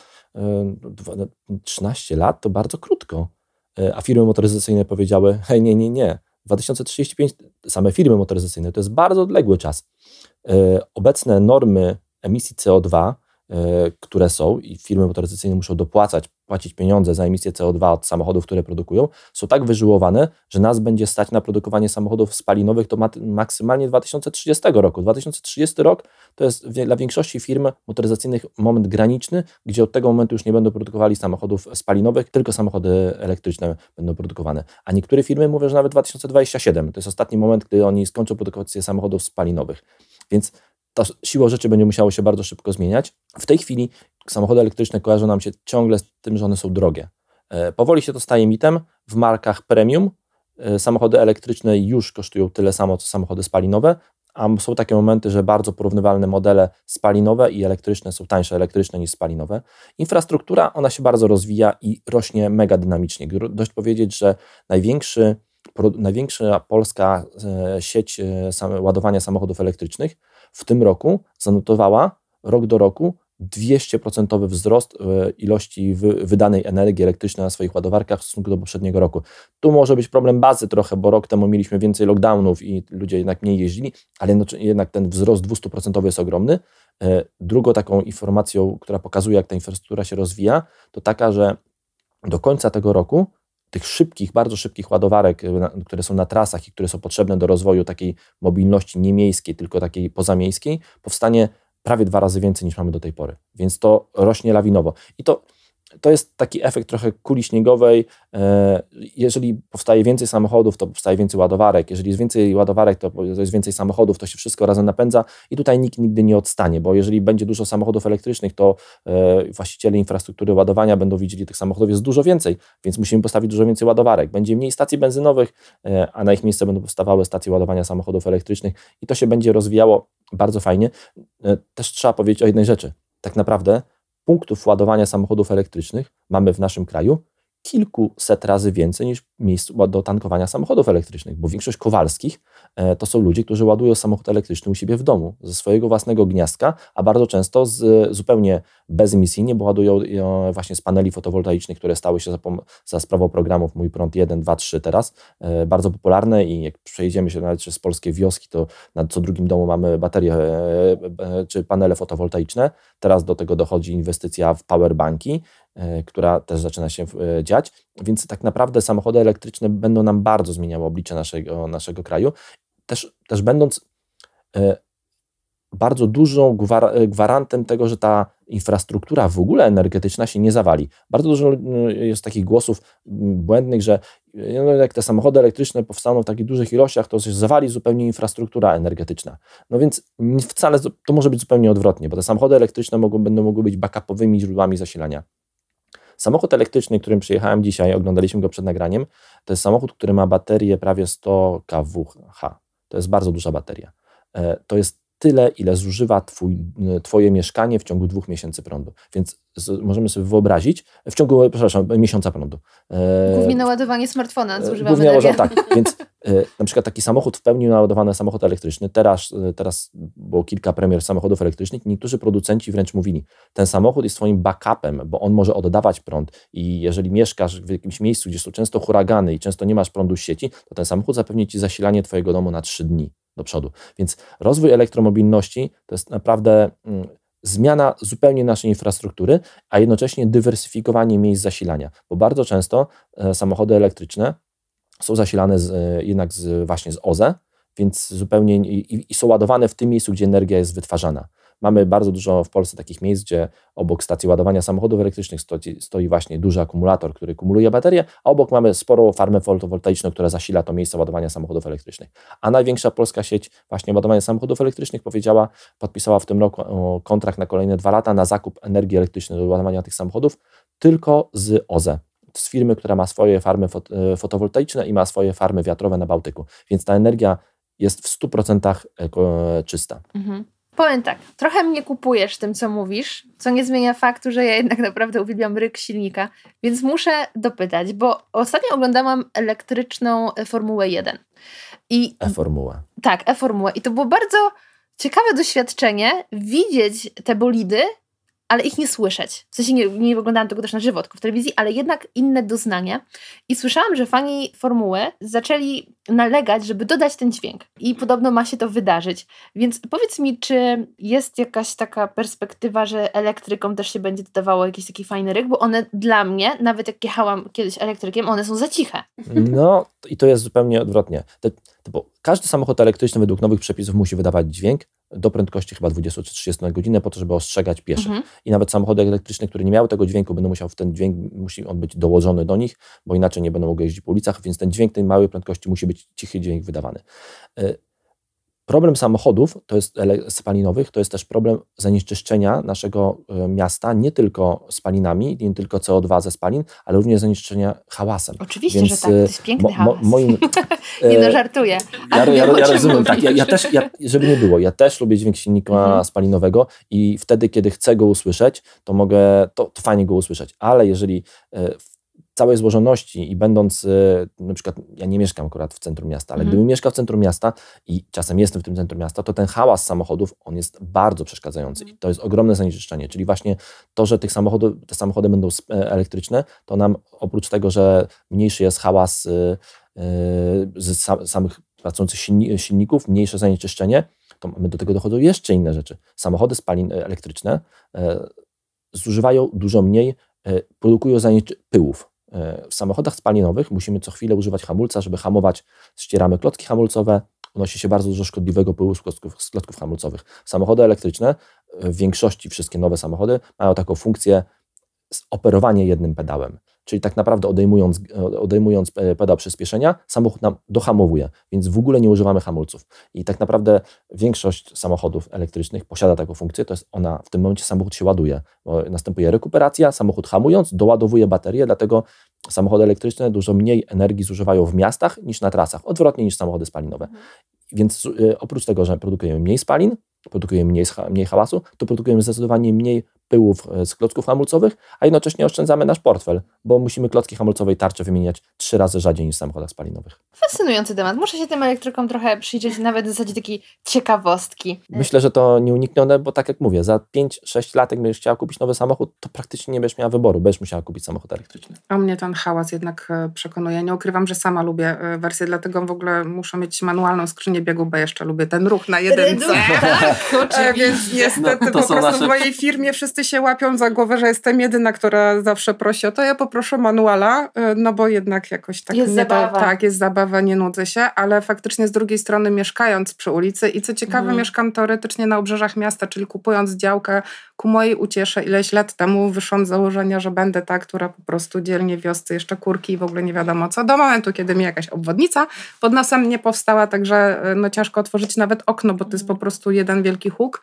13 lat, to bardzo krótko. A firmy motoryzacyjne powiedziały, hej, nie. 2035 same firmy motoryzacyjne to jest bardzo odległy czas. Obecne normy emisji CO2, które są i firmy motoryzacyjne muszą płacić pieniądze za emisję CO2 od samochodów, które produkują, są tak wyżyłowane, że nas będzie stać na produkowanie samochodów spalinowych to maksymalnie 2030 roku. 2030 rok to jest dla większości firm motoryzacyjnych moment graniczny, gdzie od tego momentu już nie będą produkowali samochodów spalinowych, tylko samochody elektryczne będą produkowane. A niektóre firmy mówią, że nawet 2027 to jest ostatni moment, gdy oni skończą produkcję samochodów spalinowych. Więc to siłą rzeczy będzie musiało się bardzo szybko zmieniać. W tej chwili samochody elektryczne kojarzą nam się ciągle z tym, że one są drogie. Powoli się to staje mitem. W markach premium samochody elektryczne już kosztują tyle samo, co samochody spalinowe, a są takie momenty, że bardzo porównywalne modele spalinowe i elektryczne są tańsze elektryczne niż spalinowe. Infrastruktura, ona się bardzo rozwija i rośnie mega dynamicznie. Dość powiedzieć, że największa polska sieć ładowania samochodów elektrycznych w tym roku zanotowała rok do roku 200% wzrost ilości wydanej energii elektrycznej na swoich ładowarkach w stosunku do poprzedniego roku. Tu może być problem bazy trochę, bo rok temu mieliśmy więcej lockdownów i ludzie jednak mniej jeździli, ale jednak ten wzrost 200% jest ogromny. Drugą taką informacją, która pokazuje, jak ta infrastruktura się rozwija, to taka, że do końca tego roku tych bardzo szybkich ładowarek, które są na trasach i które są potrzebne do rozwoju takiej mobilności nie miejskiej, tylko takiej pozamiejskiej, powstanie prawie 2 razy więcej niż mamy do tej pory. Więc to rośnie lawinowo. I to jest taki efekt trochę kuli śniegowej. Jeżeli powstaje więcej samochodów, to powstaje więcej ładowarek. Jeżeli jest więcej ładowarek, to jest więcej samochodów, to się wszystko razem napędza i tutaj nikt nigdy nie odstanie, bo jeżeli będzie dużo samochodów elektrycznych, to właściciele infrastruktury ładowania będą widzieli, tych samochodów jest dużo więcej, więc musimy postawić dużo więcej ładowarek. Będzie mniej stacji benzynowych, a na ich miejsce będą powstawały stacje ładowania samochodów elektrycznych i to się będzie rozwijało bardzo fajnie. Też trzeba powiedzieć o jednej rzeczy. Tak naprawdę punktów ładowania samochodów elektrycznych mamy w naszym kraju kilkuset razy więcej niż miejsc do tankowania samochodów elektrycznych, bo większość Kowalskich to są ludzie, którzy ładują samochód elektryczny u siebie w domu, ze swojego własnego gniazdka, a bardzo często zupełnie bezemisyjnie, bo ładują właśnie z paneli fotowoltaicznych, które stały się za sprawą programów Mój Prąd 1, 2, 3 teraz bardzo popularne i jak przejedziemy się nawet przez polskie wioski, to na co drugim domu mamy baterie czy panele fotowoltaiczne. Teraz do tego dochodzi inwestycja w powerbanki, która też zaczyna się dziać, więc tak naprawdę samochody elektryczne będą nam bardzo zmieniały oblicze naszego kraju, też będąc bardzo dużą gwarantem tego, że ta infrastruktura w ogóle energetyczna się nie zawali. Bardzo dużo jest takich głosów błędnych, że jak te samochody elektryczne powstaną w takich dużych ilościach, to się zawali zupełnie infrastruktura energetyczna. No więc wcale to może być zupełnie odwrotnie, bo te samochody elektryczne będą mogły być backupowymi źródłami zasilania. Samochód elektryczny, którym przyjechałem dzisiaj, oglądaliśmy go przed nagraniem, to jest samochód, który ma baterię prawie 100 kWh. To jest bardzo duża bateria. to jest tyle, ile zużywa twoje mieszkanie w ciągu 2 miesięcy prądu. Więc możemy sobie wyobrazić, w ciągu, miesiąca prądu. Głównie naładowanie smartfona zużywa energię. Tak, więc na przykład taki samochód w pełni naładowany, samochód elektryczny, teraz było kilka premier samochodów elektrycznych, niektórzy producenci wręcz mówili, ten samochód jest twoim backupem, bo on może oddawać prąd i jeżeli mieszkasz w jakimś miejscu, gdzie są często huragany i często nie masz prądu z sieci, to ten samochód zapewni ci zasilanie twojego domu na 3 dni do przodu. Więc rozwój elektromobilności to jest naprawdę zmiana zupełnie naszej infrastruktury, a jednocześnie dywersyfikowanie miejsc zasilania, bo bardzo często samochody elektryczne są zasilane właśnie z OZE, więc zupełnie i są ładowane w tym miejscu, gdzie energia jest wytwarzana. Mamy bardzo dużo w Polsce takich miejsc, gdzie obok stacji ładowania samochodów elektrycznych stoi właśnie duży akumulator, który kumuluje baterie, a obok mamy sporą farmę fotowoltaiczną, która zasila to miejsce ładowania samochodów elektrycznych. A największa polska sieć właśnie ładowania samochodów elektrycznych podpisała w tym roku kontrakt na kolejne 2 lata na zakup energii elektrycznej do ładowania tych samochodów tylko z OZE. Z firmy, która ma swoje farmy fotowoltaiczne i ma swoje farmy wiatrowe na Bałtyku. Więc ta energia jest w 100% czysta. Mhm. Powiem tak, trochę mnie kupujesz tym, co mówisz, co nie zmienia faktu, że ja jednak naprawdę uwielbiam ryk silnika, więc muszę dopytać, bo ostatnio oglądałam elektryczną Formułę 1. E-Formułę. Tak, E-Formułę. I to było bardzo ciekawe doświadczenie, widzieć te bolidy, ale ich nie słyszeć. W sensie nie oglądałam tego też na żywo, tylko w telewizji, ale jednak inne doznanie. I słyszałam, że fani Formuły zaczęli nalegać, żeby dodać ten dźwięk. I podobno ma się to wydarzyć. Więc powiedz mi, czy jest jakaś taka perspektywa, że elektrykom też się będzie dodawało jakiś taki fajny ryk? Bo one dla mnie, nawet jak jechałam kiedyś elektrykiem, one są za ciche. No i to jest zupełnie odwrotnie. Bo każdy samochód elektryczny według nowych przepisów musi wydawać dźwięk do prędkości chyba 20 czy 30 na godzinę po to, żeby ostrzegać pieszych. I nawet samochody elektryczne, które nie miały tego dźwięku, ten dźwięk musi on być dołożony do nich, bo inaczej nie będą mogły jeździć po ulicach, więc ten dźwięk tej małej prędkości musi być cichy dźwięk wydawany. Problem samochodów spalinowych to jest też problem zanieczyszczenia naszego miasta, nie tylko spalinami, nie tylko CO2 ze spalin, ale również zanieczyszczenia hałasem. Oczywiście, więc, że tak, to jest piękny hałas. Nie no, żartuję. Ja rozumiem, tak. Ja też, żeby nie było, ja też lubię dźwięk silnika spalinowego i wtedy, kiedy chcę go usłyszeć, to mogę, to fajnie go usłyszeć, ale jeżeli całej złożoności i będąc, na przykład ja nie mieszkam akurat w centrum miasta, ale gdybym mieszkał w centrum miasta i czasem jestem w tym centrum miasta, to ten hałas samochodów, on jest bardzo przeszkadzający i to jest ogromne zanieczyszczenie, czyli właśnie to, że te samochody będą elektryczne, to nam oprócz tego, że mniejszy jest hałas z samych pracujących silników, mniejsze zanieczyszczenie, to do tego dochodzą jeszcze inne rzeczy. Samochody elektryczne zużywają dużo mniej, produkują pyłów. W samochodach spalinowych musimy co chwilę używać hamulca, żeby hamować, ścieramy klocki hamulcowe, unosi się bardzo dużo szkodliwego pyłu z klocków hamulcowych. Samochody elektryczne, w większości wszystkie nowe samochody mają taką funkcję operowania jednym pedałem. Czyli tak naprawdę odejmując pedał przyspieszenia, samochód nam dohamowuje, więc w ogóle nie używamy hamulców. I tak naprawdę większość samochodów elektrycznych posiada taką funkcję, to jest w tym momencie samochód się ładuje, bo następuje rekuperacja, samochód hamując doładowuje baterię, dlatego samochody elektryczne dużo mniej energii zużywają w miastach niż na trasach, odwrotnie niż samochody spalinowe. Więc oprócz tego, że produkujemy mniej spalin, produkujemy mniej hałasu, to produkujemy zdecydowanie mniej pyłów z klocków hamulcowych, a jednocześnie oszczędzamy nasz portfel, bo musimy klocki hamulcowe i tarcze wymieniać 3 razy rzadziej niż w samochodach spalinowych. Fascynujący temat. Muszę się tym elektrykom trochę przyjrzeć, nawet w zasadzie takiej ciekawostki. Myślę, że to nieuniknione, bo tak jak mówię, za 5-6 lat, jak będziesz chciała kupić nowy samochód, to praktycznie nie będziesz miała wyboru, będziesz musiała kupić samochód elektryczny. A mnie ten hałas jednak przekonuje. Nie ukrywam, że sama lubię wersję, dlatego w ogóle muszę mieć manualną skrzynię biegu, bo jeszcze lubię ten ruch na jedynce. Tak, więc niestety po prostu w mojej firmie wszyscy się łapią za głowę, że jestem jedyna, która zawsze prosi o to. Ja poproszę manuala, no bo jednak jakoś tak jest zabawa. Tak, jest zabawa, nie nudzę się, ale faktycznie z drugiej strony mieszkając przy ulicy i co ciekawe mieszkam teoretycznie na obrzeżach miasta, czyli kupując działkę ku mojej uciesze ileś lat temu wyszłam z założenia, że będę ta, która po prostu dzielnie wiosce jeszcze kurki i w ogóle nie wiadomo co, do momentu, kiedy mi jakaś obwodnica pod nosem nie powstała, także no ciężko otworzyć nawet okno, bo to jest po prostu jeden wielki huk.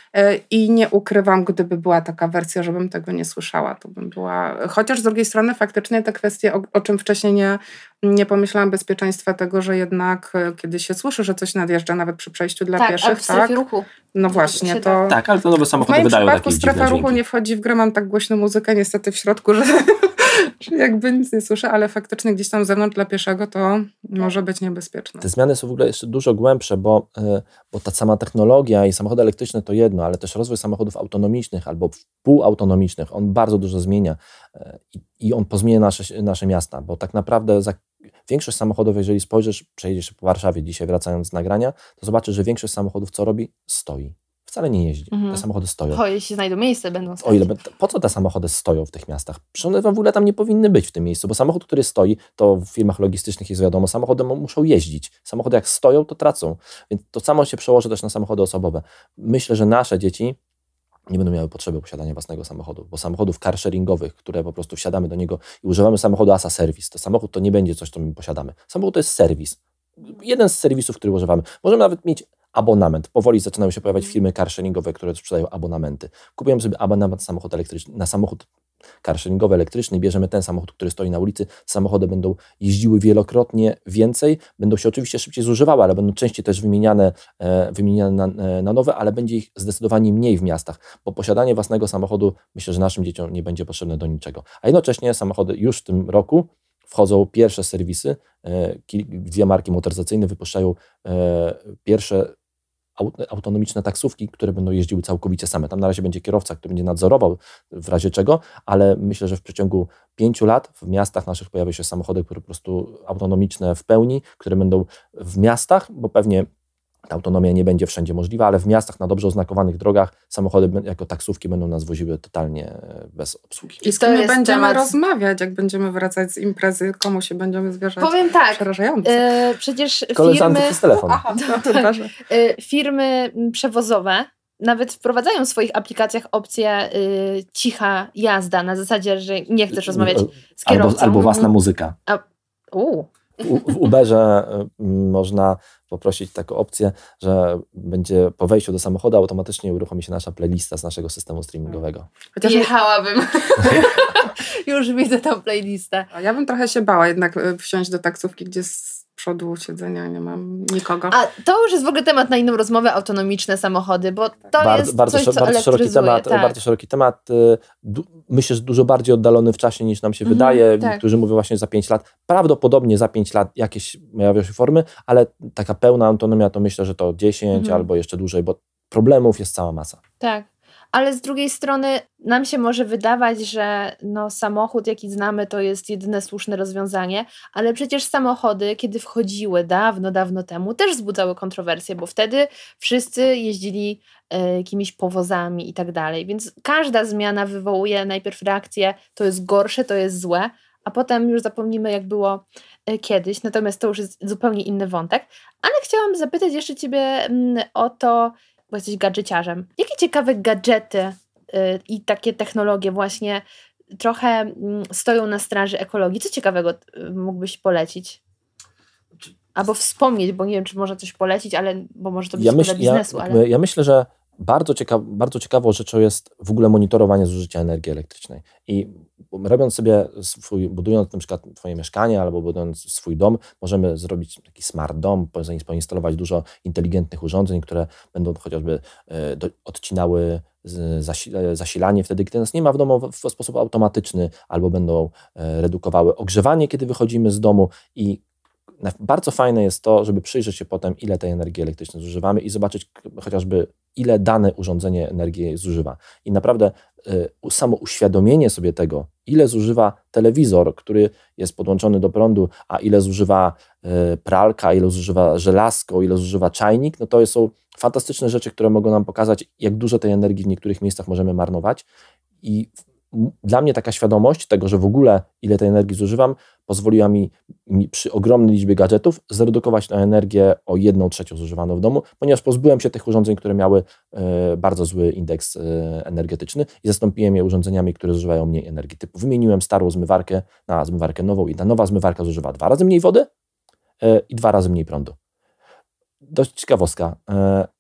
I nie ukrywam, gdyby była taka wersja, żebym tego nie słyszała, to bym była... Chociaż z drugiej strony faktycznie te kwestie, o czym wcześniej nie pomyślałam, bezpieczeństwa tego, że jednak kiedy się słyszy, że coś nadjeżdża nawet przy przejściu dla pieszych, w strefie ruchu. No właśnie, to... Tak, ale to nowe samochody wydają takie dziwne dźwięki. W moim przypadku strefa ruchu nie wchodzi w grę, mam tak głośną muzykę niestety w środku, że jakby nic nie słyszę, ale faktycznie gdzieś tam z zewnątrz dla pieszego to może być niebezpieczne. Te zmiany są w ogóle jeszcze dużo głębsze, bo ta sama technologia i samochody elektryczne to jedno, ale też rozwój samochodów autonomicznych albo półautonomicznych, on bardzo dużo zmienia i on pozmienia nasze miasta, bo tak naprawdę większość samochodów, jeżeli spojrzysz, przejedziesz po Warszawie dzisiaj, wracając z nagrania, to zobaczysz, że większość samochodów co robi? Stoi. Wcale nie jeździ. Te samochody stoją. Jeśli znajdą miejsce, będą stać. Po co te samochody stoją w tych miastach? Przecież one w ogóle tam nie powinny być w tym miejscu, bo samochód, który stoi, to w firmach logistycznych jest wiadomo, samochody muszą jeździć. Samochody jak stoją, to tracą. Więc to samo się przełoży też na samochody osobowe. Myślę, że nasze dzieci nie będą miały potrzeby posiadania własnego samochodu, bo samochodów carsharingowych, które po prostu wsiadamy do niego i używamy samochodu as a service, to samochód to nie będzie coś, co my posiadamy. Samochód to jest serwis. Jeden z serwisów, który używamy. Możemy nawet mieć abonament. Powoli zaczynają się pojawiać firmy carsharingowe, które sprzedają abonamenty. Kupujemy sobie abonament na samochód elektryczny, na samochód carsharingowy elektryczny, bierzemy ten samochód, który stoi na ulicy, samochody będą jeździły wielokrotnie więcej, będą się oczywiście szybciej zużywały, ale będą częściej też wymieniane na nowe, ale będzie ich zdecydowanie mniej w miastach, bo posiadanie własnego samochodu myślę, że naszym dzieciom nie będzie potrzebne do niczego. A jednocześnie samochody już w tym roku wchodzą pierwsze serwisy, 2 marki motoryzacyjne wypuszczają pierwsze autonomiczne taksówki, które będą jeździły całkowicie same. Tam na razie będzie kierowca, który będzie nadzorował w razie czego, ale myślę, że w przeciągu 5 lat w miastach naszych pojawią się samochody, które po prostu autonomiczne w pełni, które będą w miastach, bo pewnie ta autonomia nie będzie wszędzie możliwa, ale w miastach na dobrze oznakowanych drogach samochody jako taksówki będą nas woziły totalnie bez obsługi. I z kim będziemy rozmawiać, jak będziemy wracać z imprezy, komu się będziemy zwierzać? Powiem tak, przerażające. Przecież koleżanki przez telefon. Firmy przewozowe nawet wprowadzają w swoich aplikacjach opcję cicha jazda, na zasadzie, że nie chcesz rozmawiać z kierowcą. Albo własna muzyka. W Uberze można poprosić taką opcję, że będzie po wejściu do samochodu automatycznie uruchomi się nasza playlista z naszego systemu streamingowego. Chociaż jechałabym. Już widzę tą playlistę. Ja bym trochę się bała jednak wsiąść do taksówki, gdzie z przodu siedzenia nie mam nikogo. A to już jest w ogóle temat na inną rozmowę, autonomiczne samochody, bo to jest coś, co elektryzuje. Bardzo szeroki temat. Myślę, że dużo bardziej oddalony w czasie niż nam się wydaje. Niektórzy mówią właśnie za 5 lat. Prawdopodobnie za 5 lat jakieś pojawią się formy, ale taka pełna autonomia to myślę, że to 10 albo jeszcze dłużej, bo problemów jest cała masa. Tak. Ale z drugiej strony nam się może wydawać, że samochód, jaki znamy, to jest jedyne słuszne rozwiązanie, ale przecież samochody, kiedy wchodziły dawno temu, też wzbudzały kontrowersje, bo wtedy wszyscy jeździli jakimiś powozami i tak dalej, więc każda zmiana wywołuje najpierw reakcję, to jest gorsze, to jest złe, a potem już zapomnimy, jak było kiedyś, natomiast to już jest zupełnie inny wątek. Ale chciałam zapytać jeszcze Ciebie o to, bo jesteś gadżeciarzem. Jakie ciekawe gadżety i takie technologie właśnie trochę stoją na straży ekologii? Co ciekawego mógłbyś polecić? Albo wspomnieć, bo nie wiem, czy można coś polecić, bo może to być dla biznesu. Ja myślę, że bardzo ciekawą rzeczą jest w ogóle monitorowanie zużycia energii elektrycznej. I robiąc sobie budując na przykład Twoje mieszkanie albo budując swój dom, możemy zrobić taki smart dom, poinstalować dużo inteligentnych urządzeń, które będą chociażby odcinały zasilanie wtedy, gdy nas nie ma w domu w sposób automatyczny, albo będą redukowały ogrzewanie, kiedy wychodzimy z domu. I bardzo fajne jest to, żeby przyjrzeć się potem, ile tej energii elektrycznej zużywamy i zobaczyć chociażby, ile dane urządzenie energii zużywa. I naprawdę samo uświadomienie sobie tego, ile zużywa telewizor, który jest podłączony do prądu, a ile zużywa pralka, ile zużywa żelazko, ile zużywa czajnik, to są fantastyczne rzeczy, które mogą nam pokazać, jak dużo tej energii w niektórych miejscach możemy marnować. I dla mnie taka świadomość tego, że w ogóle ile tej energii zużywam, pozwoliła mi przy ogromnej liczbie gadżetów zredukować tę energię o 1/3 zużywaną w domu, ponieważ pozbyłem się tych urządzeń, które miały bardzo zły indeks energetyczny i zastąpiłem je urządzeniami, które zużywają mniej energii. Typu wymieniłem starą zmywarkę na zmywarkę nową i ta nowa zmywarka zużywa 2 razy mniej wody i 2 razy mniej prądu. Dość ciekawostka.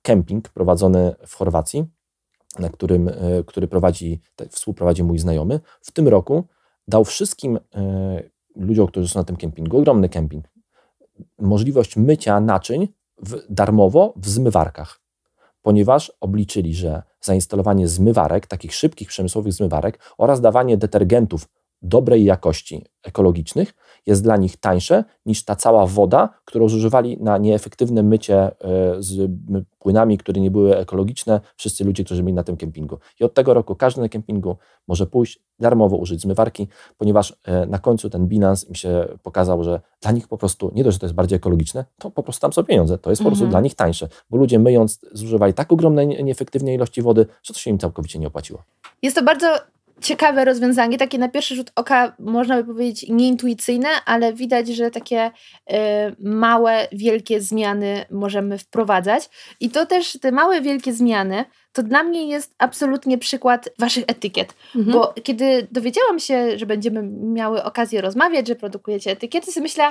kemping prowadzony w Chorwacji, który współprowadzi mój znajomy. W tym roku dał wszystkim ludziom, którzy są na tym kempingu, ogromny kemping, możliwość mycia naczyń darmowo w zmywarkach, ponieważ obliczyli, że zainstalowanie zmywarek, takich szybkich przemysłowych zmywarek oraz dawanie detergentów dobrej jakości, ekologicznych, jest dla nich tańsze niż ta cała woda, którą zużywali na nieefektywne mycie z płynami, które nie były ekologiczne, wszyscy ludzie, którzy byli na tym kempingu. I od tego roku każdy na kempingu może pójść, darmowo użyć zmywarki, ponieważ na końcu ten bilans mi się pokazał, że dla nich po prostu, nie dość, że to jest bardziej ekologiczne, to po prostu tam są pieniądze, to jest po prostu dla nich tańsze, bo ludzie myjąc zużywali tak ogromne, nieefektywne ilości wody, że to się im całkowicie nie opłaciło. Jest to bardzo ciekawe rozwiązanie, takie na pierwszy rzut oka można by powiedzieć nieintuicyjne, ale widać, że takie małe, wielkie zmiany możemy wprowadzać. I to też te małe, wielkie zmiany, to dla mnie jest absolutnie przykład waszych etykiet. Bo kiedy dowiedziałam się, że będziemy miały okazję rozmawiać, że produkujecie etykiety, sobie myślę,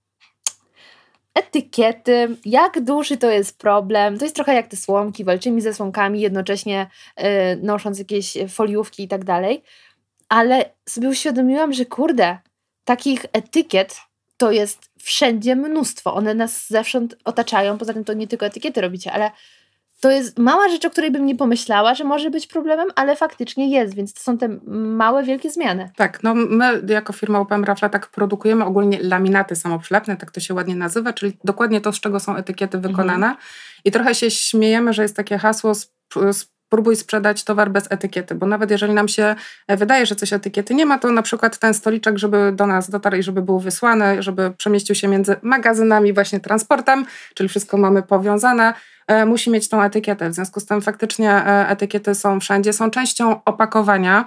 etykiety, jak duży to jest problem. To jest trochę jak te słomki, walczymy ze słomkami, jednocześnie nosząc jakieś foliówki i tak dalej. Ale sobie uświadomiłam, że kurde, takich etykiet to jest wszędzie mnóstwo. One nas zewsząd otaczają. Poza tym to nie tylko etykiety robicie, ale to jest mała rzecz, o której bym nie pomyślała, że może być problemem, ale faktycznie jest, więc to są te małe, wielkie zmiany. Tak, no my jako firma UPM Rafla tak produkujemy ogólnie laminaty samoprzylepne, tak to się ładnie nazywa, czyli dokładnie to, z czego są etykiety wykonane. I trochę się śmiejemy, że jest takie hasło spróbuj sprzedać towar bez etykiety, bo nawet jeżeli nam się wydaje, że coś etykiety nie ma, to na przykład ten stoliczek, żeby do nas dotarł i żeby był wysłany, żeby przemieścił się między magazynami, właśnie transportem, czyli wszystko mamy powiązane, musi mieć tą etykietę. W związku z tym faktycznie etykiety są wszędzie, są częścią opakowania.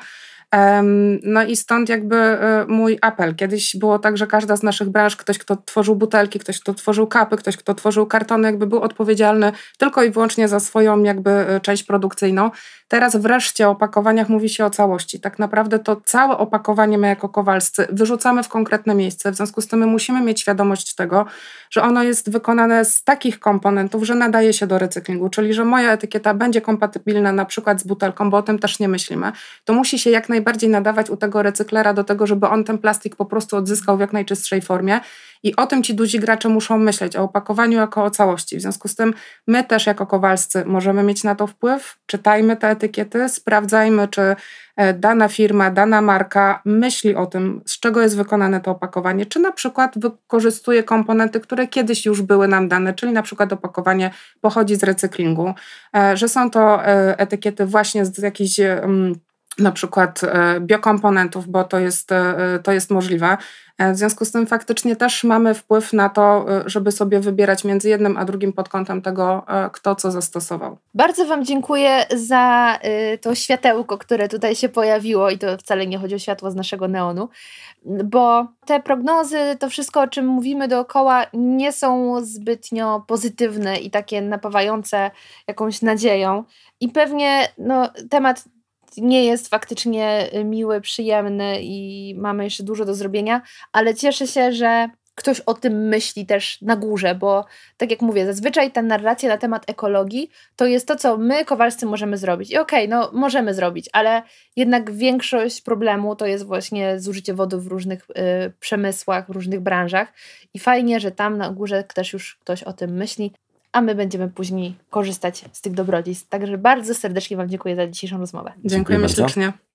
No i stąd jakby mój apel. Kiedyś było tak, że każda z naszych branż, ktoś, kto tworzył butelki, ktoś, kto tworzył kapy, ktoś, kto tworzył kartony, jakby był odpowiedzialny tylko i wyłącznie za swoją jakby część produkcyjną. Teraz wreszcie o opakowaniach mówi się o całości. Tak naprawdę to całe opakowanie my jako Kowalscy wyrzucamy w konkretne miejsce. W związku z tym my musimy mieć świadomość tego, że ono jest wykonane z takich komponentów, że nadaje się do recyklingu, czyli że moja etykieta będzie kompatybilna na przykład z butelką, bo o tym też nie myślimy. To musi się jak najbardziej nadawać u tego recyklera do tego, żeby on ten plastik po prostu odzyskał w jak najczystszej formie. I o tym ci duzi gracze muszą myśleć, o opakowaniu jako o całości. W związku z tym my też jako Kowalscy możemy mieć na to wpływ. Czytajmy te etykiety, sprawdzajmy, czy dana firma, dana marka myśli o tym, z czego jest wykonane to opakowanie, czy na przykład wykorzystuje komponenty, które kiedyś już były nam dane, czyli na przykład opakowanie pochodzi z recyklingu, że są to etykiety właśnie z jakichś na przykład biokomponentów, bo to jest możliwe. W związku z tym faktycznie też mamy wpływ na to, żeby sobie wybierać między jednym a drugim pod kątem tego, kto co zastosował. Bardzo wam dziękuję za to światełko, które tutaj się pojawiło i to wcale nie chodzi o światło z naszego neonu, bo te prognozy, to wszystko, o czym mówimy dookoła, nie są zbytnio pozytywne i takie napawające jakąś nadzieją i pewnie temat nie jest faktycznie miły, przyjemny i mamy jeszcze dużo do zrobienia, ale cieszę się, że ktoś o tym myśli też na górze, bo tak jak mówię, zazwyczaj ta narracja na temat ekologii to jest to, co my, Kowalscy, możemy zrobić. I możemy zrobić, ale jednak większość problemu to jest właśnie zużycie wody w różnych przemysłach, w różnych branżach i fajnie, że tam na górze też już ktoś o tym myśli, a my będziemy później korzystać z tych dobrodziejstw. Także bardzo serdecznie wam dziękuję za dzisiejszą rozmowę. Dziękujemy ślicznie.